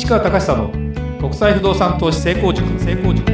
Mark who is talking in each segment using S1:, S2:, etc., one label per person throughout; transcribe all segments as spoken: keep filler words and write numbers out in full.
S1: 市川隆久の国際不動産投資成功塾。成功塾。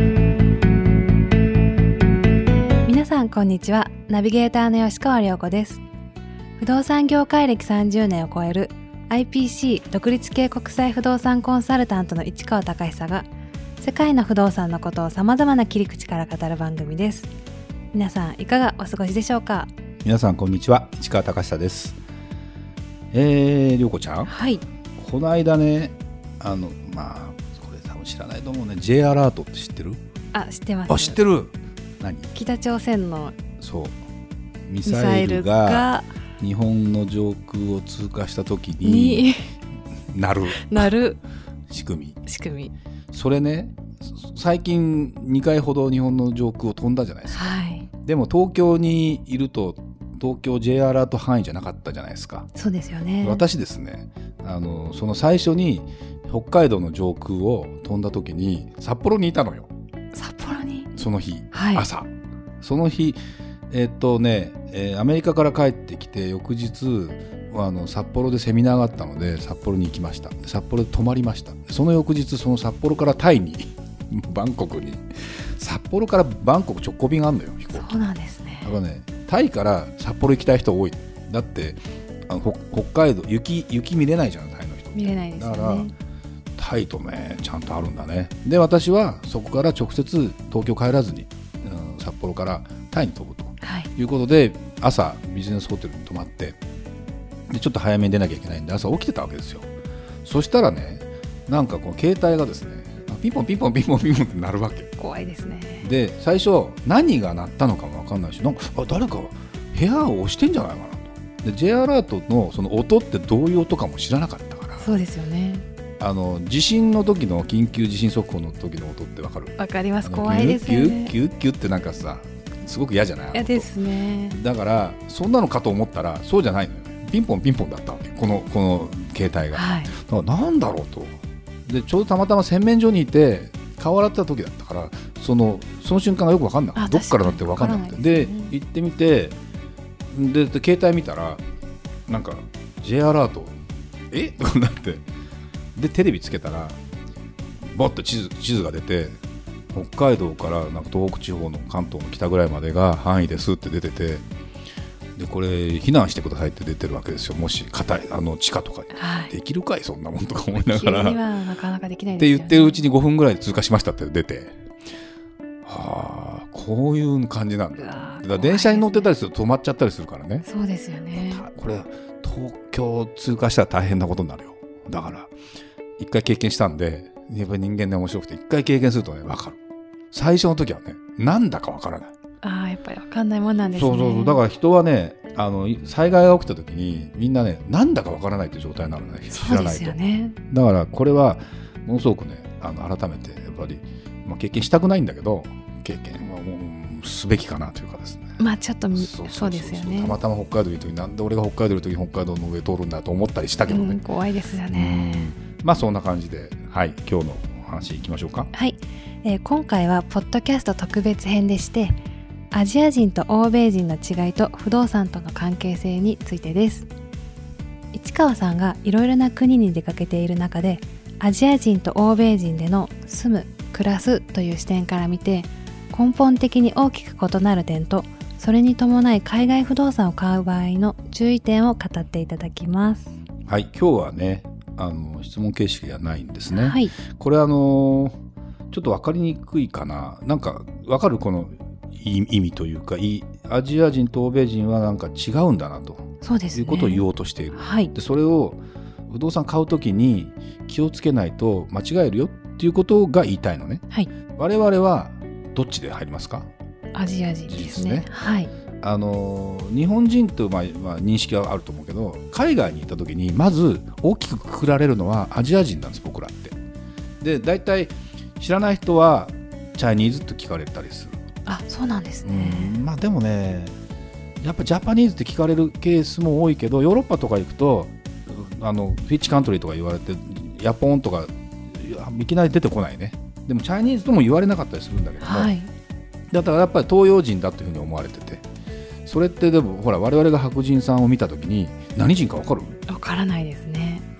S2: 皆さんこんにちは。ナビゲーターの吉川良子です。不動産業界歴さんじゅうねんを超える アイピーシー 独立系国際不動産コンサルタントの市川隆久が世界の不動産のことをさまざまな切り口から語る番組です。皆さんいかがお過ごしでしょうか。
S1: 皆さんこんにちは、市川隆久です。えー、良子ちゃん、
S2: はい、
S1: この間ね、あのまあこれ多分知らないと思うね、 J アラートって知ってる？
S2: あ、知ってます。
S1: あ、知ってる。何？
S2: 北朝鮮の
S1: そうミサイルが日本の上空を通過した時に
S2: に
S1: なる
S2: なる
S1: 仕組み
S2: 仕組み。
S1: それね、最近にかいほど日本の上空を飛んだじゃないですか、
S2: はい、
S1: でも東京にいると東京 J アラート範囲じゃなかったじゃないですか。
S2: そうですよね。
S1: 私ですね、あのその最初に北海道の上空を飛んだ時に札幌にいたのよ。
S2: 札幌に
S1: その日、
S2: はい、
S1: 朝その日えっとね、えー、アメリカから帰ってきて翌日あの札幌でセミナーがあったので札幌に行きました。札幌で泊まりました。その翌日その札幌からタイにバンコクに、札幌からバンコク直行便があるのよ、飛行機。
S2: そうなんですね。
S1: だからね、タイから札幌行きたい人多い。だってあの北海道 雪, 雪見れないじゃん、タイの人。
S2: 見れないですよね。だから
S1: タイとねちゃんとあるんだね。で私はそこから直接東京帰らずに、うん、札幌からタイに飛ぶと、はい、いうことで朝ビジネスホテルに泊まってでちょっと早めに出なきゃいけないんで朝起きてたわけですよ。そしたらね、なんかこの携帯がですねピンポンピンポンピンポンピンポンって鳴るわけ。
S2: 怖いですね。
S1: で最初何が鳴ったのかも分かんないし、なんかあ誰か部屋を押してんじゃないかなと。で J アラートのその音ってどういう音かも知らなかったから。
S2: そうですよね。
S1: あの地震の時の緊急地震速報の時の音って分かる？
S2: 分かります。怖いですよね。
S1: キュッキュッキュッってなんかさすごく嫌じゃない？
S2: 嫌ですね。
S1: だからそんなのかと思ったらそうじゃないのよ。ピンポンピンポンだったわけ、このこの携帯が、はい、だからなんだろうと。でちょうどたまたま洗面所にいて顔洗った時だったからそのその瞬間がよく分かんなかった。どっからだって分かんなくて、で、ね、行ってみて で, で携帯見たらなんか J アラートえとかなって、でテレビつけたらボッと地 図, 地図が出て北海道からなんか東北地方の関東の北ぐらいまでが範囲ですって出てて、でこれ避難してくださいって出てるわけですよ。もし硬いあの地下とかに、はい、できるかいそんなもんとか思いながら
S2: 急にはなかなかできないですよね。
S1: って言ってるうちにごふんぐらいで通過しましたって出て、はあこういう感じなんだ。だから電車に乗ってたりすると止まっちゃったりするからね。
S2: そうですよね。
S1: これ東京通過したら大変なことになるよ。だから一回経験したんで、やっぱり人間で面白くて一回経験するとね分かる。最初の時はねなんだか分からない。あ
S2: あ、やっぱり分かんないもんなんですね。
S1: そうそうそう。だから人はね、あの災害が起きた時にみんなねなんだか分からないという状態になるね。知らないと。そうですよね。だからこれはものすごくねあの改めてやっぱり、まあ、経験したくないんだけど経験はもうすべきかなというかですね。
S2: まあちょっとそうですよね。
S1: たまたま北海道にいる時になんで俺が北海道にいる時に北海道の上通るんだと思ったりしたけどね、
S2: うん、怖いですよね。
S1: まあそんな感じで、はい、今日のお話いきましょうか。
S2: はい、えー、今回はポッドキャスト特別編でして、アジア人と欧米人の違いと不動産との関係性についてです。市川さんがいろいろな国に出かけている中で、アジア人と欧米人での住む、暮らすという視点から見て根本的に大きく異なる点と、それに伴い海外不動産を買う場合の注意点を語っていただきます。
S1: はい、今日はねあの質問形式がないんですね、
S2: はい、
S1: これあのちょっと分かりにくいかな。なんか分かるこの意味というか、アジア人と欧米人はなんか違うんだなと、
S2: そうですね、
S1: いうことを言おうとしている、
S2: はい、
S1: でそれを不動産買うときに気をつけないと間違えるよっていうことが言いたいのね、はい、我々はどっちで入りますか？
S2: アジア人ですね。はい、
S1: あの日本人と、まあまあ、認識はあると思うけど、海外に行ったときにまず大きくくくられるのはアジア人なんです、僕らって。で大体知らない人はチャイニーズって聞かれたりする。
S2: あ、そうなんですね。
S1: うん、まあ、でもねやっぱジャパニーズって聞かれるケースも多いけど、ヨーロッパとか行くとあのフィッチカントリーとか言われてヤポンとかいきなり出てこないね。でもチャイニーズとも言われなかったりするんだけども、はい、だからやっぱり東洋人だというふうに思われてて、それってでもほら我々が白人さんを見たときに何人か分かる？
S2: 分からないですね。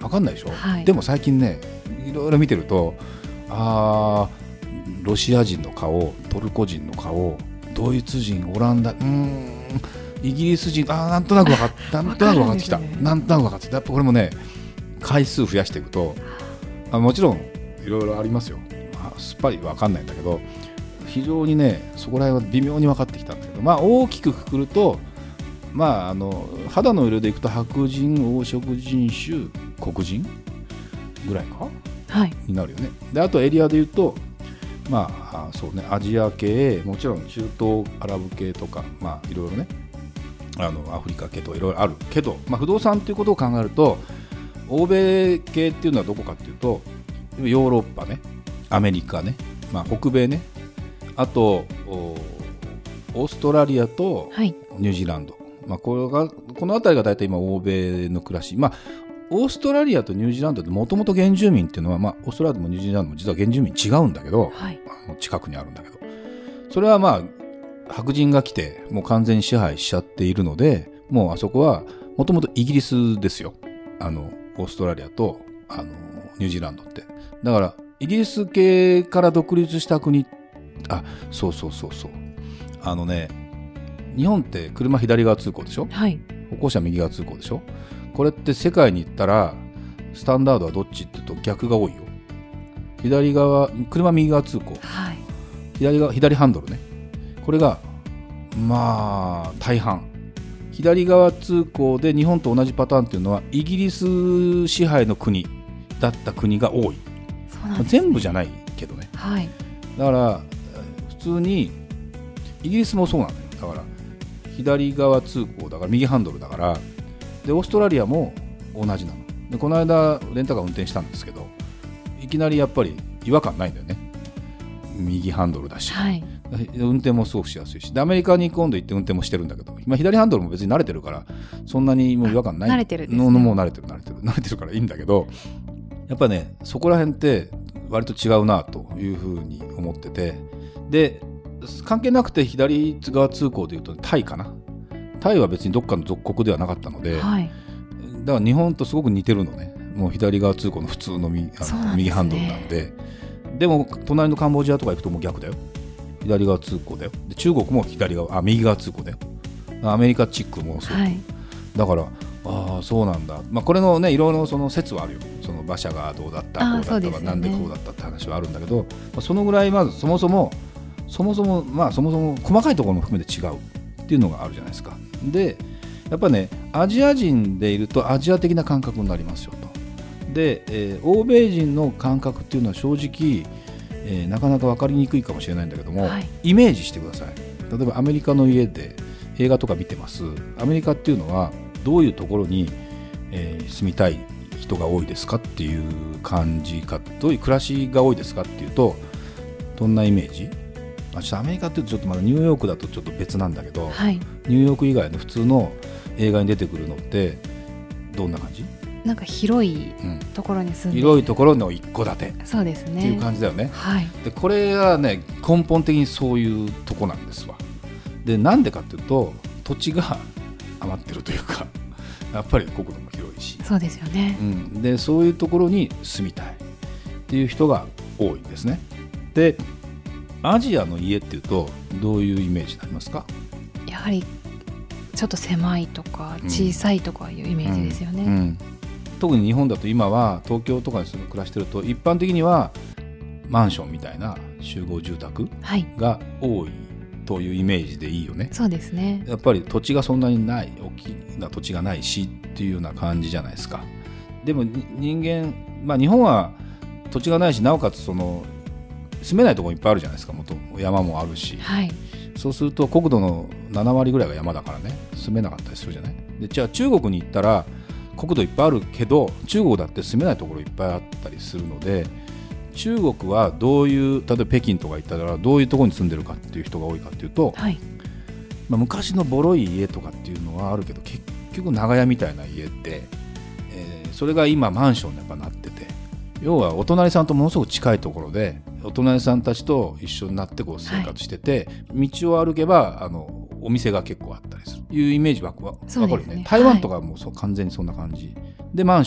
S1: 分かんないでしょ、
S2: はい、
S1: でも最近ねいろいろ見てるとあロシア人の顔、トルコ人の顔、ドイツ人、オランダ、うーんイギリス人、あなんとなく分かったなんとなく分かってきた、ね、なんとなく分かってきた。やっぱこれもね回数増やしていくとあもちろんいろいろありますよ、まあ、すっぱり分かんないんだけど非常にねそこら辺は微妙に分かってきたんだけど、まあ大きくくくるとまああの肌の色でいくと白人、黄色人種、黒人ぐらいか、
S2: はい、
S1: になるよね。であとエリアでいうとまあそうねアジア系、もちろん中東アラブ系とかまあいろいろねあのアフリカ系といろいろあるけど、まあ、不動産ということを考えると欧米系っていうのはどこかっていうとヨーロッパね、アメリカね、まあ、北米ね、あとオーストラリアとニュージーランド、はい、まあ、これがこの辺りが大体今欧米の暮らし、まあ、オーストラリアとニュージーランドってもともと原住民っていうのは、まあ、オーストラリアもニュージーランドも実は原住民違うんだけど、はい、あの近くにあるんだけど、それはまあ白人が来てもう完全に支配しちゃっているので、もうあそこはもともとイギリスですよ、あのオーストラリアとあのニュージーランドって。だからイギリス系から独立した国、あそうそうそうそうあのね日本って車左側通行でしょ、はい、歩行者右側通行でしょ。これって世界に行ったらスタンダードはどっちって言うと逆が多いよ。左側車右側通行、はい、左側左ハンドルね、これがまあ大半。左側通行で日本と同じパターンっていうのはイギリス支配の国だった国が多い。そうなんですね、全部じゃないけどね、はい、だから普通にイギリスもそうなのよ。だから左側通行だから右ハンドルだから。でオーストラリアも同じなので、この間レンタカー運転したんですけどいきなりやっぱり違和感ないんだよね。右ハンドルだし、はい、運転もすごくしやすいし、でアメリカに今度行って運転もしてるんだけど、今左ハンドルも別に慣れてるからそんなにもう違和感ない。
S2: 慣れてるですね。
S1: のもう慣れてる慣れてる慣れてるからいいんだけど、やっぱねそこら辺って割と違うなというふうに思ってて、で関係なくて左側通行でいうとタイかな。タイは別にどっかの属国ではなかったので、はい、だから日本とすごく似てるのね。もう左側通行の普通の 右, あの、ね、右ハンドルなんで。でも隣のカンボジアとか行くともう逆だよ。左側通行だよ。で中国も左側あ右側通行だよ。アメリカチックもそう、はい、だからああそうなんだ、まあ、これのねいろいろその説はあるよ。その馬車がどうだったこうだった、ね、なんでこうだったって話はあるんだけど、まあ、そのぐらいまずそもそもそもそもまあそもそも細かいところも含めて違うっていうのがあるじゃないですか。でやっぱねアジア人でいるとアジア的な感覚になりますよと。で、えー、欧米人の感覚っていうのは正直、えー、なかなか分かりにくいかもしれないんだけども、はい、イメージしてください。例えばアメリカの家で映画とか見てます。アメリカっていうのはどういうところに、えー、住みたい人が多いですかっていう感じか、どういう暮らしが多いですかっていうとどんなイメージ？ちょっとアメリカっていうとちょっとまだニューヨークだとちょっと別なんだけど、はい、ニューヨーク以外の普通の映画に出てくるのってどんな感じ？
S2: なんか広いところに住んで、
S1: うん、広いところの一戸建て、
S2: そうですね、
S1: っていう感じだよね、
S2: はい、
S1: でこれはね根本的にそういうとこなんですわ。でなんでかっていうと土地が余ってるというかやっぱり国土も広いし、
S2: そうですよね、
S1: うん、でそういうところに住みたいっていう人が多いんですね。でアジアの家っていうとどういうイメージになりますか？
S2: やはりちょっと狭いとか小さいとかいうイメージですよね、うんうんうん、
S1: 特に日本だと今は東京とかに暮らしてると一般的にはマンションみたいな集合住宅が多いというイメージでいいよね、はい、
S2: そうですね。
S1: やっぱり土地がそんなにない大きな土地がないしっていうような感じじゃないですか。でも人間、まあ、日本は土地がないしなおかつその住めないところいっぱいあるじゃないですか。元山もあるし、はい、そうすると国土のなな割ぐらいが山だからね住めなかったりするじゃない。でじゃあ中国に行ったら国土いっぱいあるけど中国だって住めないところいっぱいあったりするので、中国はどういう例えば北京とか行ったらどういうところに住んでるかっていう人が多いかっていうと、はい、まあ、昔のボロい家とかっていうのはあるけど結局長屋みたいな家って、えー、それが今マンションにやっぱなってて、要はお隣さんとものすごく近いところでお隣さんたちと一緒になってこう生活してて、はい、道を歩けばあのお店が結構あったりするいうイメージは分かるよね。台湾とかもそう完全にそんな感じでマンション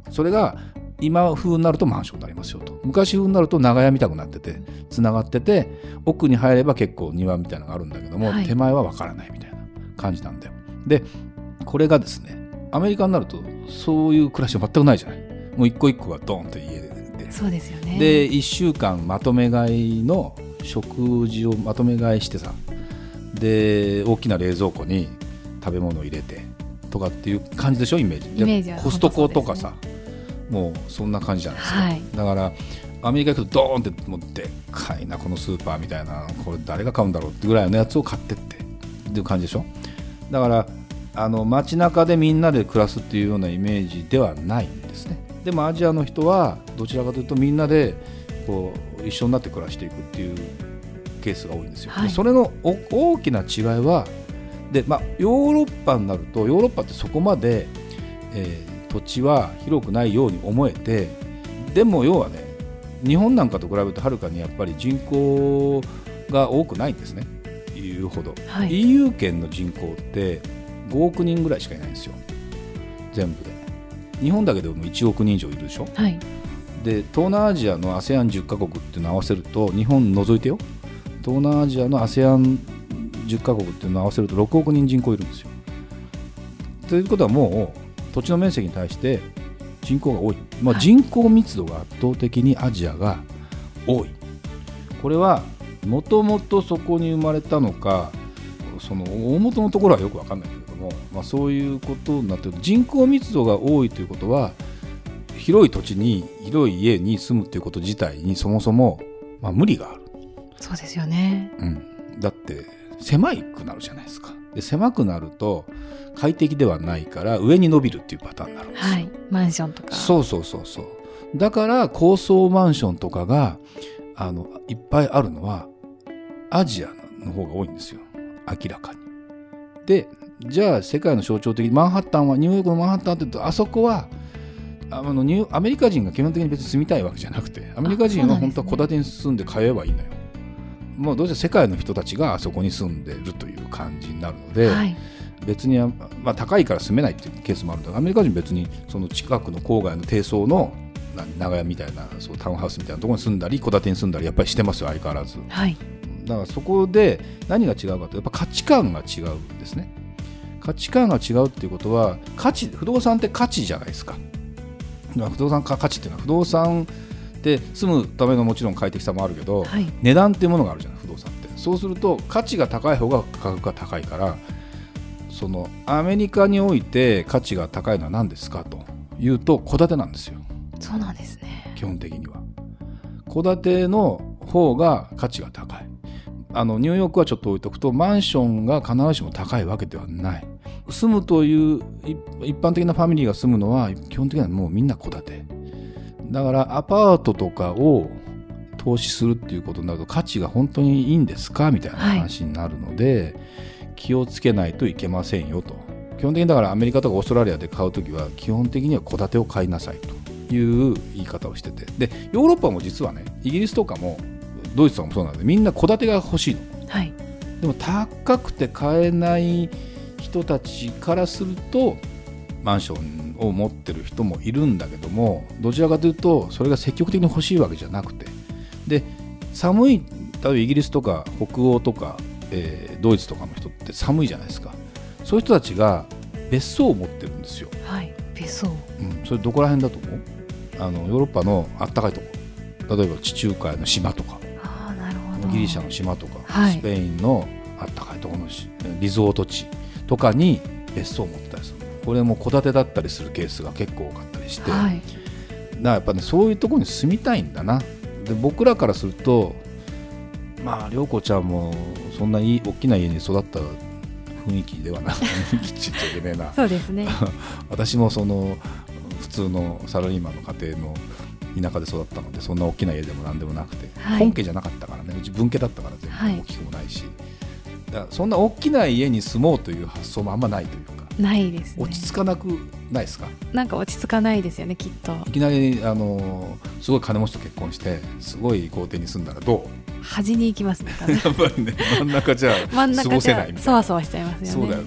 S1: それが今風になるとマンションになりますよと。昔風になると長屋みたくなっててつながってて、奥に入れば結構庭みたいなのがあるんだけども、はい、手前は分からないみたいな感じなんだよ。でこれがですね、アメリカになるとそういう暮らしは全くないじゃない。もう一個一個がドーンと家で、
S2: そうですよね。
S1: でいっしゅうかんまとめ買いの食事をまとめ買いしてさ、で大きな冷蔵庫に食べ物を入れてとかっていう感じでしょ、イメージ。
S2: イメージは
S1: コストコとかさ、もうそんな感じじゃないですか、はい、だからアメリカ行くとドーンってもうでっかいなこのスーパーみたいな、これ誰が買うんだろうってぐらいのやつを買ってってっていう感じでしょ。だからあの街中でみんなで暮らすっていうようなイメージではないんですね。でもアジアの人はどちらかというとみんなでこう一緒になって暮らしていくっていうケースが多いんですよ、はい、それの大きな違いはで、まあ、ヨーロッパになると、ヨーロッパってそこまで、えー、土地は広くないように思えて、でも要はね、日本なんかと比べるとはるかにやっぱり人口が多くないんですね、言うほど、はい、イーユー 圏の人口ってごおくにんぐらいしかいないんですよ、全部で。日本だけでもいちおくにん以上いるでしょ、はい、で東南アジアの アセアンじゅっ カ国っていうのを合わせると、日本除いてよ、東南アジアの アセアンじゅっ カ国っていうのを合わせるとろくおくにん人口いるんですよ。ということはもう土地の面積に対して人口が多い、まあ、人口密度が圧倒的にアジアが多い。これはもともとそこに生まれたのか、その大元のところはよく分かんないけれども、まあ、そういうことになっている。人口密度が多いということは、広い土地に広い家に住むということ自体にそもそも、まあ、無理がある。
S2: そうですよね、
S1: うん、だって狭くなるじゃないですか。で狭くなると快適ではないから上に伸びるっていうパターンになるんですよ、はい、
S2: マンションとか。
S1: そうそうそうそう。だから高層マンションとかがあのいっぱいあるのはアジアの方が多いんですよ、明らかに。でじゃあ世界の象徴的マンハッタンは、ニューヨークのマンハッタンって言うと、あそこはあのニュアメリカ人が基本的に別に住みたいわけじゃなくて、アメリカ人は本当は戸建てに住んで通えばいいのよ。もうどうせ世界の人たちがあそこに住んでるという感じになるので、はい、別に、まあ、高いから住めないっていうケースもあるんだけど、アメリカ人別にその近くの郊外の低層の長屋みたいな、そうタウンハウスみたいなところに住んだり戸建てに住んだりやっぱりしてますよ、相変わらず、はい、だからそこで何が違うかというと、やっぱ価値観が違うんですね。価値観が違うっていうことは、価値、不動産って価値じゃないですか。不動産価値っていうのは、不動産で住むためのもちろん快適さもあるけど、はい、値段っていうものがあるじゃない、不動産って。そうすると価値が高い方が価格が高いから、そのアメリカにおいて価値が高いのは何ですかというと、戸建てなんですよ。
S2: そうなんですね。
S1: 基本的には戸建ての方が価値が高い。あのニューヨークはちょっと置いとくと、マンションが必ずしも高いわけではない。住むという一般的なファミリーが住むのは基本的にはもうみんな戸建てだから、アパートとかを投資するっていうことになると、価値が本当にいいんですかみたいな話になるので、はい、気をつけないといけませんよと。基本的にだからアメリカとかオーストラリアで買うときは基本的には戸建てを買いなさいという言い方をしてて、でヨーロッパも実はね、イギリスとかもドイツとかもそうなので、みんな戸建てが欲しいの、はい、でも高くて買えない人たちからするとマンションを持ってる人もいるんだけども、どちらかというとそれが積極的に欲しいわけじゃなくて、で寒い、例えばイギリスとか北欧とか、えー、ドイツとかの人って寒いじゃないですか。そういう人たちが別荘を持ってるんですよ。
S2: はい、別荘、
S1: うん、それどこら辺だと思う？あのヨーロッパのあったかいところ、例えば地中海の島とか、
S2: あ、なるほど、
S1: ギリシャの島とか、はい、スペインのあったかいところのリゾート地とかに別荘を持ってたりする。これも戸建てだったりするケースが結構多かったりして、はい、だからやっぱね、そういうところに住みたいんだな。で僕らからすると、まあ涼子ちゃんもそんないい大きな家に育った雰囲気ではない雰囲気ちっちゃいけねえな
S2: そうですね
S1: 私もその普通のサラリーマンの家庭の田舎で育ったので、そんな大きな家でもなんでもなくて、はい、本家じゃなかったからね、うち分家だったから全然大きくもないし、はい、だからそんな大きな家に住もうという発想もあんまないというか、
S2: ないですね。
S1: 落ち着かなくないですか？なんか
S2: 落ち着かないですよね、きっと。
S1: いきなりあのすごい金持ちと結婚してすごい豪邸に住んだらどう？
S2: 端に行きますね
S1: やっぱりね、真ん中じゃ過ごせないみたいな。
S2: そわそわしちゃいますよね。
S1: そうだよね。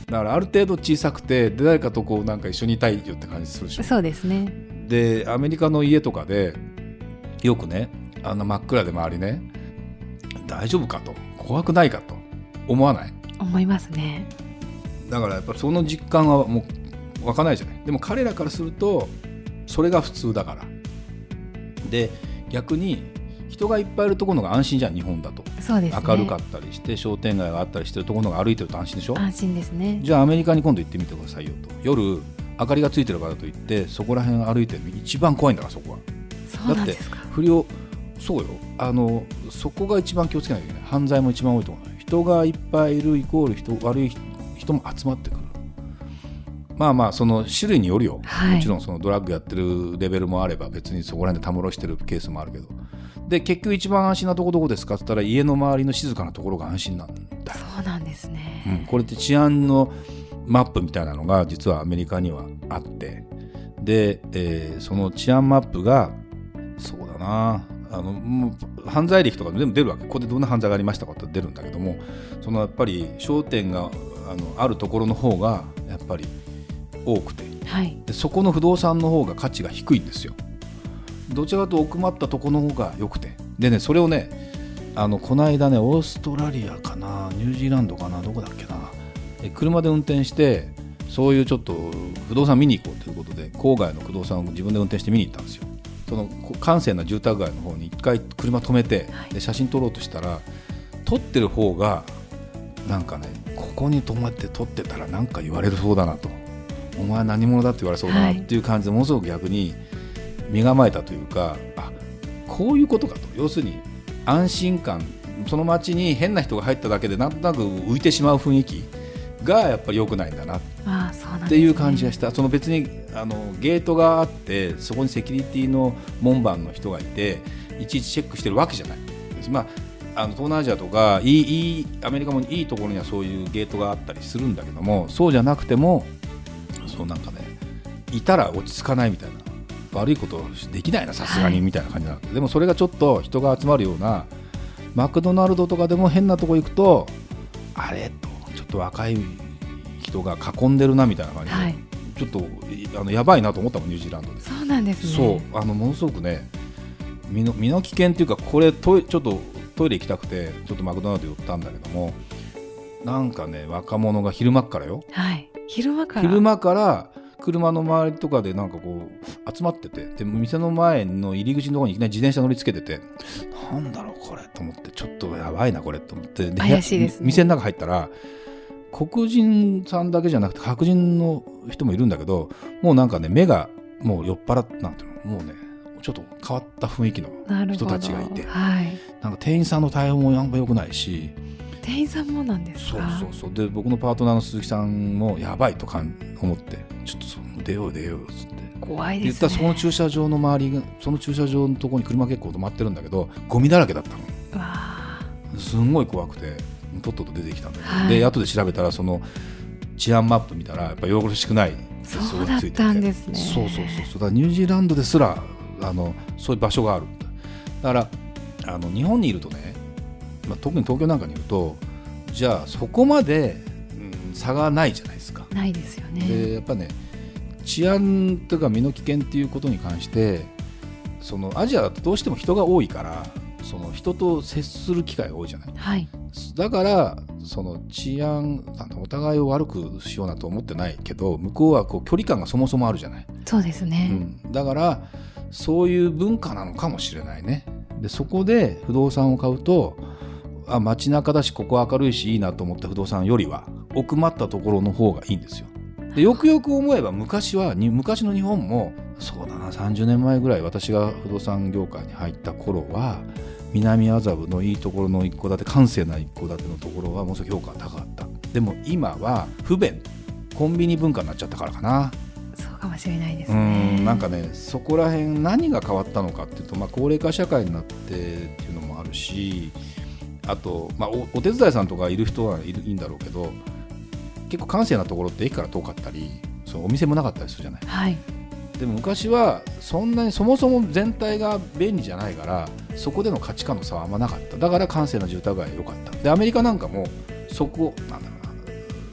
S1: だからある程度小さくてで誰かとこうなんか一緒にいたいよって感じするでしょ。
S2: そうですね。
S1: でアメリカの家とかでよくねあんな真っ暗で周りね大丈夫かと怖くないかと思わない？
S2: 思いますね。
S1: だからやっぱその実感はもう湧かないじゃない。でも彼らからするとそれが普通だから。で逆に人がいっぱいいるところのが安心じゃん日本だと。
S2: そうですね。
S1: 明るかったりして商店街があったりしてるところのが歩いてると安心でしょ。
S2: 安心ですね。
S1: じゃあアメリカに今度行ってみてくださいよと。夜明かりがついてるからといってそこら辺歩いてるの一番怖いんだからそこは。
S2: そうなんですか。
S1: だって不良そうよあのそこが一番気をつけなきゃいけない。犯罪も一番多いところ。人がいっぱいいるイコール人悪い人も集まってくる。まあまあその種類によるよ、はい、もちろんそのドラッグやってるレベルもあれば別にそこら辺でたむろしてるケースもあるけどで結局一番安心なとこどこですかって言ったら家の周りの静かなところが安心なんだよ。
S2: そうなんですね、
S1: うん、これって治安のマップみたいなのが実はアメリカにはあってで、えー、その治安マップがそうだなあのもう犯罪歴とか全部出るわけ。ここでどんな犯罪がありましたかって出るんだけどもそのやっぱり商店が あのあるところの方がやっぱり多くて、はい、でそこの不動産の方が価値が低いんですよ。どちらかと奥まったところの方が良くてでねそれをねあのこの間ねオーストラリアかなニュージーランドかなどこだっけなえ車で運転してそういうちょっと不動産見に行こうということで郊外の不動産を自分で運転して見に行ったんですよ。その閑静な住宅街の方に一回車止めて、はい、で写真撮ろうとしたら撮ってる方がなんかねここに止まって撮ってたらなんか言われるそうだなとお前何者だって言われそうだなっていう感じでものすごく逆に身構えたというかあこういうことかと要するに安心感その街に変な人が入っただけでなんとなく浮いてしまう雰囲気がやっぱり良くないんだなっていう感じがした。その別にあのゲートがあってそこにセキュリティの門番の人がいていちいちチェックしてるわけじゃない。まあ、あの東南アジアとかいい、いいアメリカもいいところにはそういうゲートがあったりするんだけどもそうじゃなくてもそうなんかねいたら落ち着かないみたいな悪いことできないなさすがにみたいな感じなんで、はい、でもそれがちょっと人が集まるようなマクドナルドとかでも変なとこ行くとあれとちょっと若い人が囲んでるなみたいな感じで、はい、ちょっとあのやばいなと思ったもんニュージーランドで。
S2: そうなんですね。
S1: そうあのものすごくね身の、身の危険っていうかこれトイちょっとトイレ行きたくてちょっとマクドナルド寄ったんだけどもなんかね若者が昼間っからよ、
S2: はい、昼間から
S1: 昼間から車の周りとかでなんかこう集まっててで店の前の入り口のところにいきなり自転車乗りつけててなんだろうこれと思ってちょっとやばいなこれと思ってで
S2: 怪しいですね。
S1: 店の中入ったら黒人さんだけじゃなくて白人の人もいるんだけどもうなんかね目がもう酔っ払ってなんていうのもうねちょっと変わった雰囲気の人たちがいて、はい、なんか店員さんの対応もなんか良くないし
S2: 店員さんもなんですか。
S1: そうそうそうで僕のパートナーの鈴木さんもやばいとか思ってちょっとその出よう出ようっつって
S2: 怖いですね。
S1: 言ったらその駐車場の周りがその駐車場のところに車結構止まってるんだけどゴミだらけだったの。うわすんごい怖くてとっとと出てきたんだけど、はい、で後で調べたらその治安マップ見たらやっぱよろしくない
S2: そうだったんですね。
S1: そうそうそうそうだからニュージーランドですらあのそういう場所がある。だからあの日本にいるとね、まあ、特に東京なんかにいるとじゃあそこまで、うん、差がないじゃないですか。
S2: ないですよね。
S1: でやっぱね治安というか身の危険っていうことに関してそのアジアだとどうしても人が多いからその人と接する機会が多いじゃない、はい、だからその治安お互いを悪くしようなと思ってないけど向こうはこう距離感がそもそもあるじゃない。
S2: そうですね、
S1: うん、だからそういう文化なのかもしれないね。でそこで不動産を買うとあ街中だしここ明るいしいいなと思った不動産よりは奥まったところの方がいいんですよ。でよくよく思えば昔はに昔の日本もそうだなさんじゅうねんまえぐらい私が不動産業界に入った頃は南麻布のいいところの一戸建て閑静な一戸建てのところはものすごく評価が高かった。でも今は不便コンビニ文化になっちゃったからかな。
S2: そうかもしれないですね。
S1: うんなんかねそこら辺何が変わったのかっていうと、まあ、高齢化社会になってっていうのもあるしあと、まあ、お, お手伝いさんとかいる人はいるいいんだろうけど結構閑静なところって駅から遠かったりそうお店もなかったりするじゃない、はい、でも昔はそんなにそもそも全体が便利じゃないからそこでの価値観の差はあんまなかった。だから閑静な住宅街が良かった。でアメリカなんかもそこなんだろうな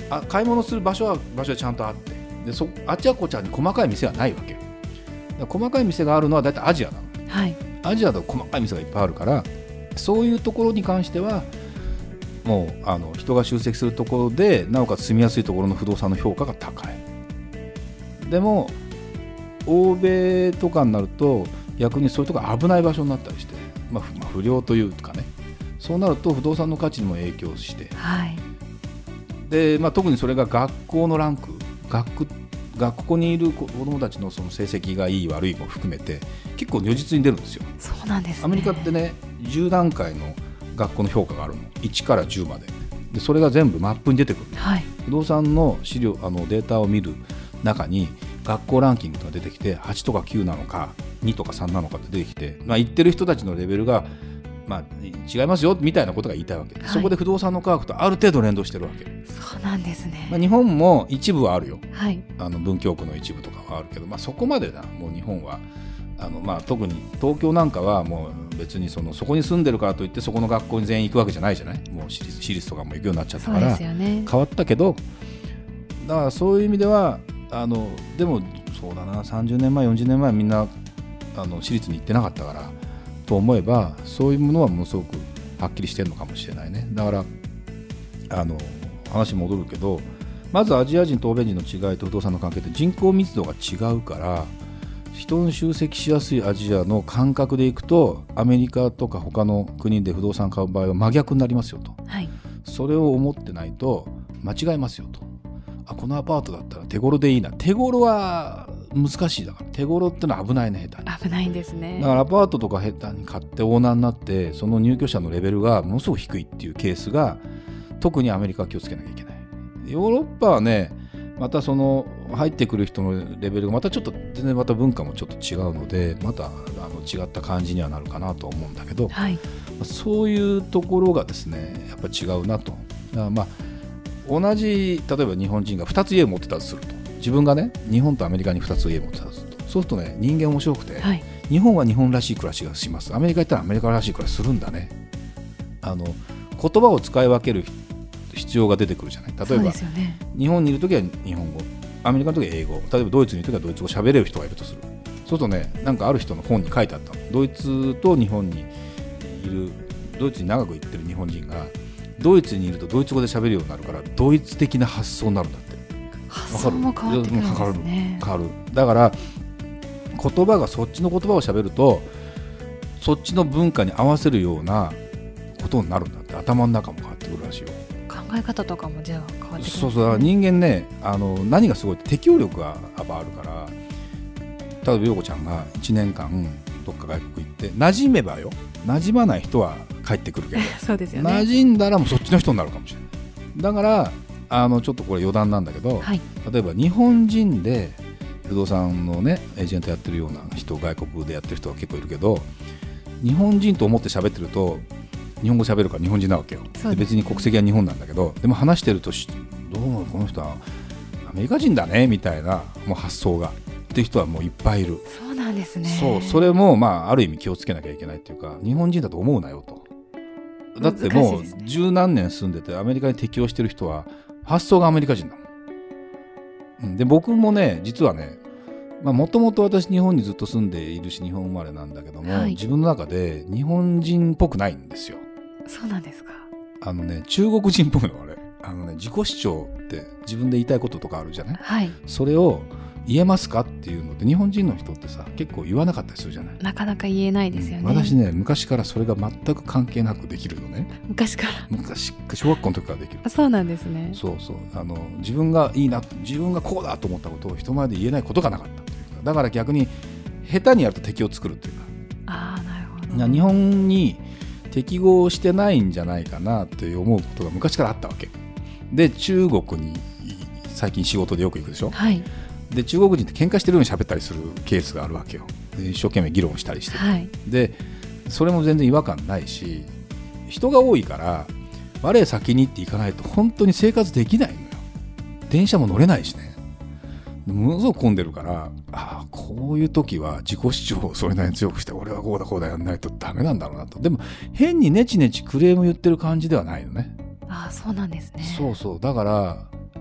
S1: あ買い物する場所は場所はちゃんとあって、でそあちゃこちゃに細かい店はないわけ。だから細かい店があるのはだいたいアジアなの、はい、アジアだと細かい店がいっぱいあるから、そういうところに関してはもうあの人が集積するところでなおかつ住みやすいところの不動産の評価が高い。でも欧米とかになると逆にそういうところが危ない場所になったりして、まあ、まあ不良というかね、そうなると不動産の価値にも影響して、はい、でまあ、特にそれが学校のランク、学学校にいる子どもたちのその成績がいい悪いも含めて結構如実に出るんですよ。
S2: そうなんですね。
S1: アメリカってねじゅう段階の学校の評価があるの、いちからじゅうまで、でそれが全部マップに出てくる、はい、不動産の資料あのデータを見る中に学校ランキングが出てきてはちとかきゅうなのかにとかさんなのかって出てきて、まあ、言ってる人たちのレベルがまあ、違いますよみたいなことが言いたいわけ、はい、そこで不動産の価格とある程度連動してるわけ。
S2: そうなんですね、
S1: まあ、日本も一部はあるよ、
S2: はい、
S1: あの文京区の一部とかはあるけど、まあ、そこまでだもう日本はあの、まあ、特に東京なんかはもう別に そのそこに住んでるからといってそこの学校に全員行くわけじゃないじゃない。もう私立、私立とかも行くようになっちゃったから、
S2: そうですよね、
S1: 変わったけど、だからそういう意味ではあのでもそうだなさんじゅうねんまえよんじゅうねんまえみんなあの私立に行ってなかったからと思えばそういうものはものすごくはっきりしてるのかもしれないね。だからあの話戻るけど、まずアジア人と欧米人の違いと不動産の関係って人口密度が違うから、人の集積しやすいアジアの感覚でいくとアメリカとか他の国で不動産買う場合は真逆になりますよと、はい、それを思ってないと間違えますよと。あこのアパートだったら手頃でいいな、手頃は難しい。だから手頃ってのは危ないね。下手に
S2: 危ないんですね。
S1: だからアパートとか下手に買ってオーナーになってその入居者のレベルがものすごく低いっていうケースが特にアメリカは気をつけなきゃいけない。ヨーロッパはねまたその入ってくる人のレベルがまたちょっと全然また文化もちょっと違うのでまたあの違った感じにはなるかなと思うんだけど、はい、そういうところがですねやっぱり違うなと。だからまあ同じ例えば日本人がふたつ家を持ってたとすると、自分がね日本とアメリカにふたつ家を持ってたとすると、そうするとね人間面白くて、はい、日本は日本らしい暮らしがします、アメリカ行ったらアメリカらしい暮らしするんだね。あの言葉を使い分ける必要が出てくるじゃない。例えば、ね、日本にいるときは日本語、アメリカのときは英語、例えばドイツにいるときはドイツ語喋れる人がいるとする。そうするとねなんかある人の本に書いてあったの、ドイツと日本にいるドイツに長く行ってる日本人がドイツにいるとドイツ語で喋るようになるからドイツ的な発想になるんだって。
S2: 発想も変わってくるんですね。
S1: 変わる。だから言葉がそっちの言葉を喋るとそっちの文化に合わせるようなことになるんだって。頭の中も変わってくるらしいよ。
S2: 考え方とかもじゃあ変わってくるんですね。
S1: そうそう、人間ねあの何がすごいって適応力がやっぱあるから、例えば陽子ちゃんがいちねんかんどっか外国行って馴染めばよ、馴染まない人は帰ってくるけど
S2: そうですよね、
S1: 馴染んだらもうそっちの人になるかもしれない。だからあのちょっとこれ余談なんだけど、はい、例えば日本人で不動産のねエージェントやってるような人、外国でやってる人は結構いるけど、日本人と思って喋ってると日本語喋るから日本人なわけよ。で別に国籍は日本なんだけど、でも話してるとどうもこの人はアメリカ人だねみたいなもう発想がっていう人はもういっぱいいる。
S2: そうなんですね。
S1: そう、それもまあある意味気をつけなきゃいけないっていうか、日本人だと思うなよと。だってもう十何年住んでてアメリカに適応してる人は発想がアメリカ人だもん。で僕もね実はねもともと私日本にずっと住んでいるし日本生まれなんだけども、はい、自分の中で日本人っぽくないんですよ。
S2: そうなんですか。
S1: あのね中国人っぽいのあれあのね自己主張って自分で言いたいこととかあるじゃない、はい、それを言えますかっていうのって日本人の人ってさ結構言わなかったりするじゃない。
S2: なかなか言えないですよね、
S1: うん、私ね昔からそれが全く関係なくできるのね。
S2: 昔から
S1: 昔小学校の時からできる。
S2: そうなんですね。
S1: そうそう、あの自分がいいな自分がこうだと思ったことを人前で言えないことがなかったというか、だから逆に下手にやると敵を作るというか、
S2: あーなるほど、
S1: 日本に適合してないんじゃないかなって思うことが昔からあったわけで、中国に最近仕事でよく行くでしょ、はい、で中国人って喧嘩してるように喋ったりするケースがあるわけよ。で一生懸命議論したりして、はい、でそれも全然違和感ないし、人が多いから我先にって行かないと本当に生活できないのよ。電車も乗れないしね、ものすごく混んでるから、ああこういう時は自己主張をそれなりに強くして俺はこうだこうだやんないとダメなんだろうなと。でも変にネチネチクレーム言ってる感じではないのね。
S2: ああそうなんですね。
S1: そうそう、だから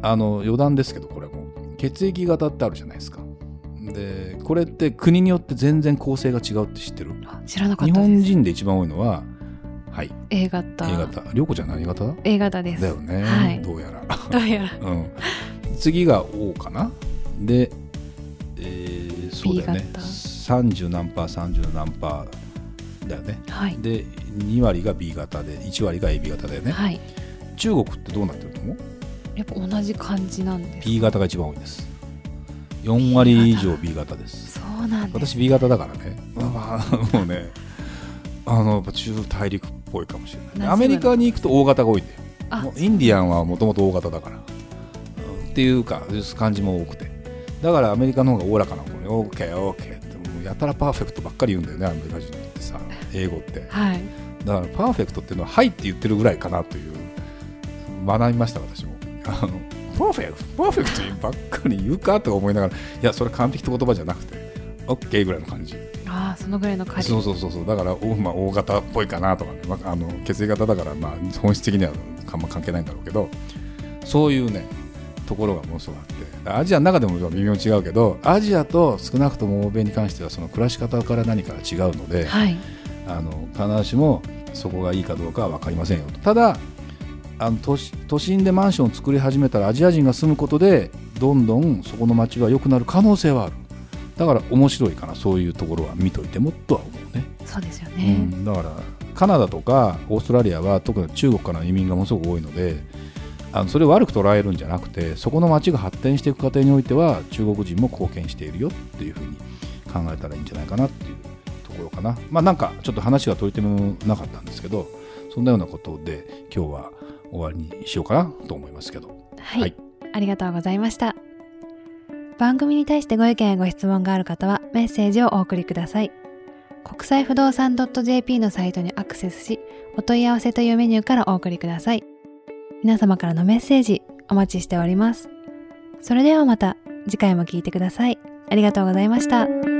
S1: あの余談ですけど、これも血液型ってあるじゃないですか。でこれって国によって全然構成が違うって知ってる？
S2: 知らなかったです。
S1: 日本人で一番多いのは、はい、
S2: A 型。
S1: A 型。涼子ちゃん何型だ？
S2: A 型です。
S1: だよね、
S2: はい、
S1: どうやら
S2: どうやら、
S1: うん、次が O かな。で、えー、そうだよね、さんじゅう何パーさんじゅう何パーだよね、
S2: はい、
S1: でに割が B 型でいち割が エービー 型だよね、
S2: はい、
S1: 中国ってどうなってると思う？や
S2: っぱ同じ感じなんですか？
S1: B 型が一番多いです。よん割以上 B 型です。
S2: そうなんです、ね、
S1: 私 B 型だからね、まあ、もうねあのやっぱ中大陸っぽいかもしれない。アメリカに行くと O 型が多いんだよ。もうインディアンはもともと O 型だから、うん、っていうか感じも多くて、だからアメリカの方がおおらかな方に OKOK ってもうやたらパーフェクトばっかり言うんだよね、アメリカ人ってさ、英語って、はい、だからパーフェクトっていうのははいって言ってるぐらいかなという学びました。私もあのパーフェクトパーフェクトばっかり言うかと思いながら、いやそれ完璧って言葉じゃなくて OK ぐらいの感じ。
S2: ああ、そのぐらいの感じ。
S1: そうそうそうそう、だから、まあ、O 型っぽいかなとかね、まあ、あの血液型だから、まあ、本質的にはあんま関係ないんだろうけど、そういうねところがものすごくあって、アジアの中でも微妙に違うけど、アジアと少なくとも欧米に関してはその暮らし方から何かが違うので、はい、あの必ずしもそこがいいかどうかは分かりませんよと。ただあの 都, 都心でマンションを作り始めたらアジア人が住むことでどんどんそこの街が良くなる可能性はある。だから面白いかな、そういうところは見といてもとは思うね。
S2: そうですよね、
S1: うん、だからカナダとかオーストラリアは特に中国からの移民がものすごく多いので、あのそれを悪く捉えるんじゃなくて、そこの街が発展していく過程においては中国人も貢献しているよっていうふうに考えたらいいんじゃないかなっていうところかな。まあなんかちょっと話が取り留めなかったんですけど、そんなようなことで今日は終わりにしようかなと思いますけど、
S2: はい、はい、ありがとうございました。番組に対してご意見やご質問がある方はメッセージをお送りください。国際不動産 .jp のサイトにアクセスし、お問い合わせというメニューからお送りください。皆様からのメッセージお待ちしております。それではまた次回も聞いてください。ありがとうございました。